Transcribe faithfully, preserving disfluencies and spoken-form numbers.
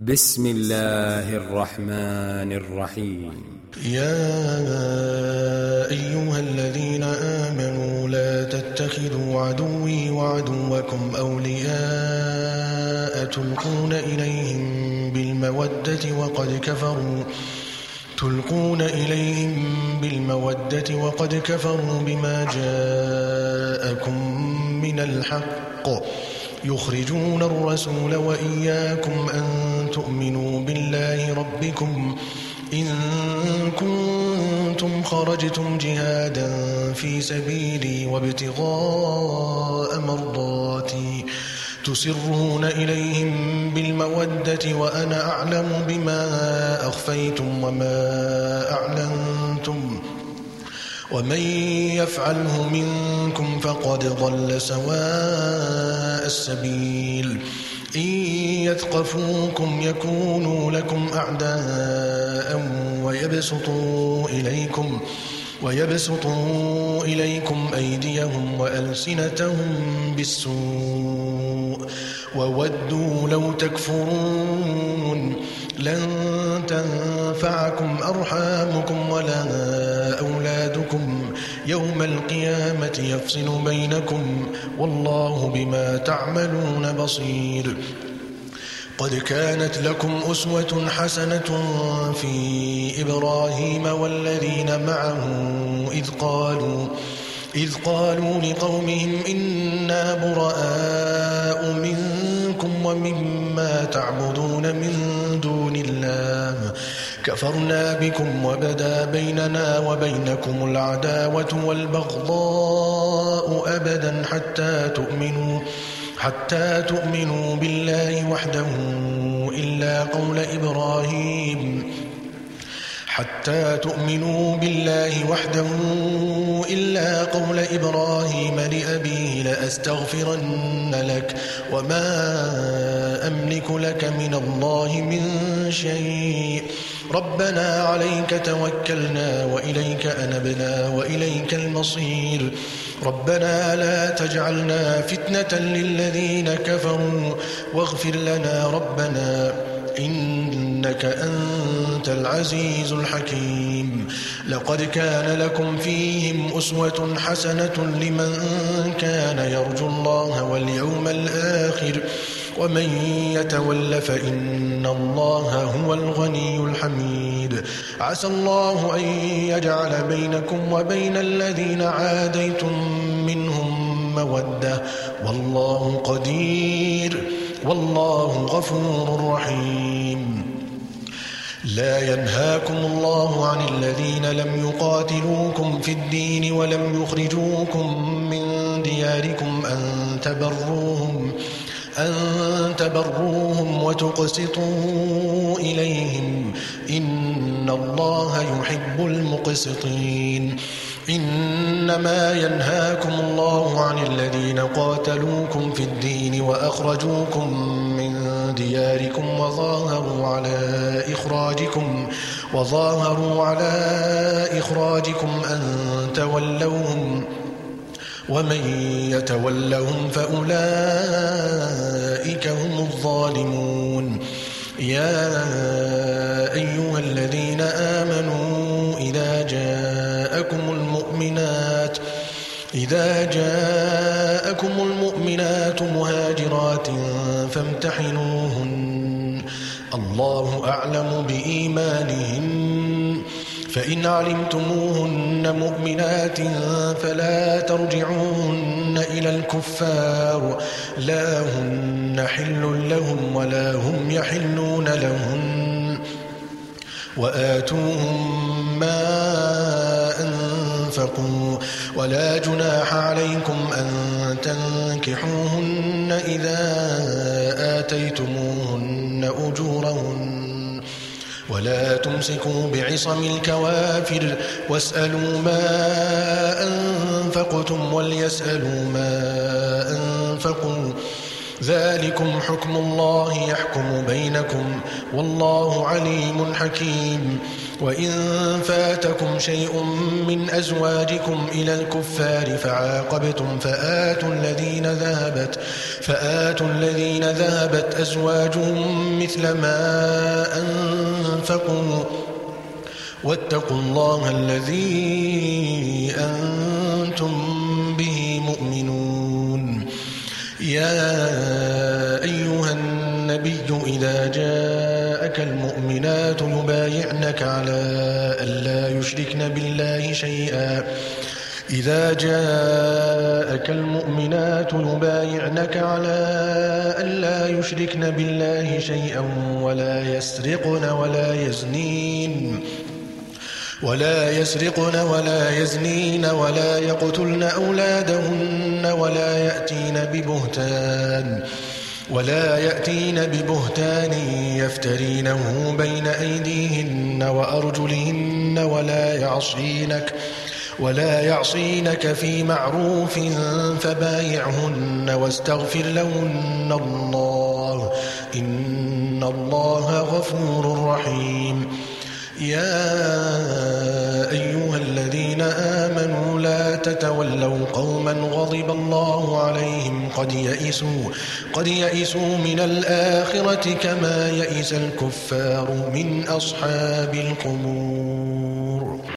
بسم الله الرحمن الرحيم. يا أيها الذين آمنوا لا تتخذوا عدوي وعدوكم أولياء تلقون إليهم بالمودة وقد كفروا تلقون إليهم بالمودة وقد كفروا بما جاءكم من الحق يخرجون الرسول وإياكم أن تؤمنوا بالله ربكم إن كنتم خرجتم جهادا في سبيلي وابتغاء مرضاتي تسرون إليهم بالمودة وأنا أعلم بما أخفيتم وما أعلنتم ومن يفعله منكم فقد ضل سواء السبيل إن يثقفوكم يكونوا لكم أعداء ويبسطوا إليكم ويبسطوا إليكم أيديهم وألسنتهم بالسوء وودوا لو تكفرون لن تنفعكم أرحامكم ولا أولادكم يوم القيامة يفصل بينكم والله بما تعملون بصير. قد كانت لكم أسوة حسنة في إبراهيم والذين معه إذ قالوا إذ قالوا لقومهم إنا براء منكم ومما تعبدون من دون الله كفرنا بكم وبدا بيننا وبينكم العداوة والبغضاء أبدا حتى تؤمنوا حتى تؤمنوا بالله وحده إلا قول إبراهيم حتى تؤمنوا بالله وحده إلا قول إبراهيم لأبيه لأستغفرن لك وما أملك لك من الله من شيء ربنا عليك توكلنا وإليك أنبنا وإليك المصير ربنا لا تجعلنا فتنة للذين كفروا واغفر لنا ربنا إنك أنت العزيز الحكيم. لقد كان لكم فيهم أسوة حسنة لمن كان يرجو الله واليوم الآخر ومن يتول فإن الله هو الغني الحميد. عسى الله أن يجعل بينكم وبين الذين عاديتم منهم مودة والله قدير والله غفور رحيم. لا ينهاكم الله عن الذين لم يقاتلوكم في الدين ولم يخرجوكم من دياركم أن تبروهم أن تبروهم وتقسطوا إليهم إن الله يحب المقسطين. إنما ينهاكم الله عن الذين قاتلوكم في الدين وأخرجوكم من دياركم وظاهروا على إخراجكم وظاهروا على إخراجكم أن تولوهم ومن يتولهم فأولئك هم الظالمون. يا أيها الذين آمنوا إذا جاءكم المؤمنات إذا جاءكم المؤمنات مهاجرات فامتحنوهن الله أعلم بإيمانهن فإن علمتموهن مؤمنات فلا ترجعوهن إلى الكفار لا هن حل لهم ولا هم يحلون لهن وآتوهم ما أنفقوا ولا جناح عليكم أن تنكحوهن إذا آتيتموهن أجورهن ولا تمسكوا بعصم الكوافر واسألوا ما أنفقتم وليسألوا ما أنفقوا ذلكم حكم الله يحكم بينكم والله عليم حكيم. وإن فاتكم شيء من أزواجكم إلى الكفار فعاقبتم فآتوا الذين ذهبت فآتوا الذين ذهبت أزواجهم مثل ما أنفقوا واتقوا الله الذي أنتم به مؤمنون. يا أيها النبي إذا جاءك المؤمنات يبايعنك على ألا يشركن بالله شيئا إذا جاءك المؤمنات يبايعنك على ألا يشركن بالله شيئا ولا يسرقن ولا يزنين ولا يسرقن ولا يزنين ولا يقتلن أولادهن ولا يأتين ببهتان ولا يأتين ببهتان يفترينه بين أيديهن وأرجلهن ولا يعصينك ولا يعصينك في معروف فبايعهن واستغفر لهن الله إن الله غفور رحيم. يا أيها الذين آمنوا لا تتولوا قوما غضب الله عليهم قد يئسوا قد يئسوا من الآخرة كما يئس الكفار من أصحاب القبور.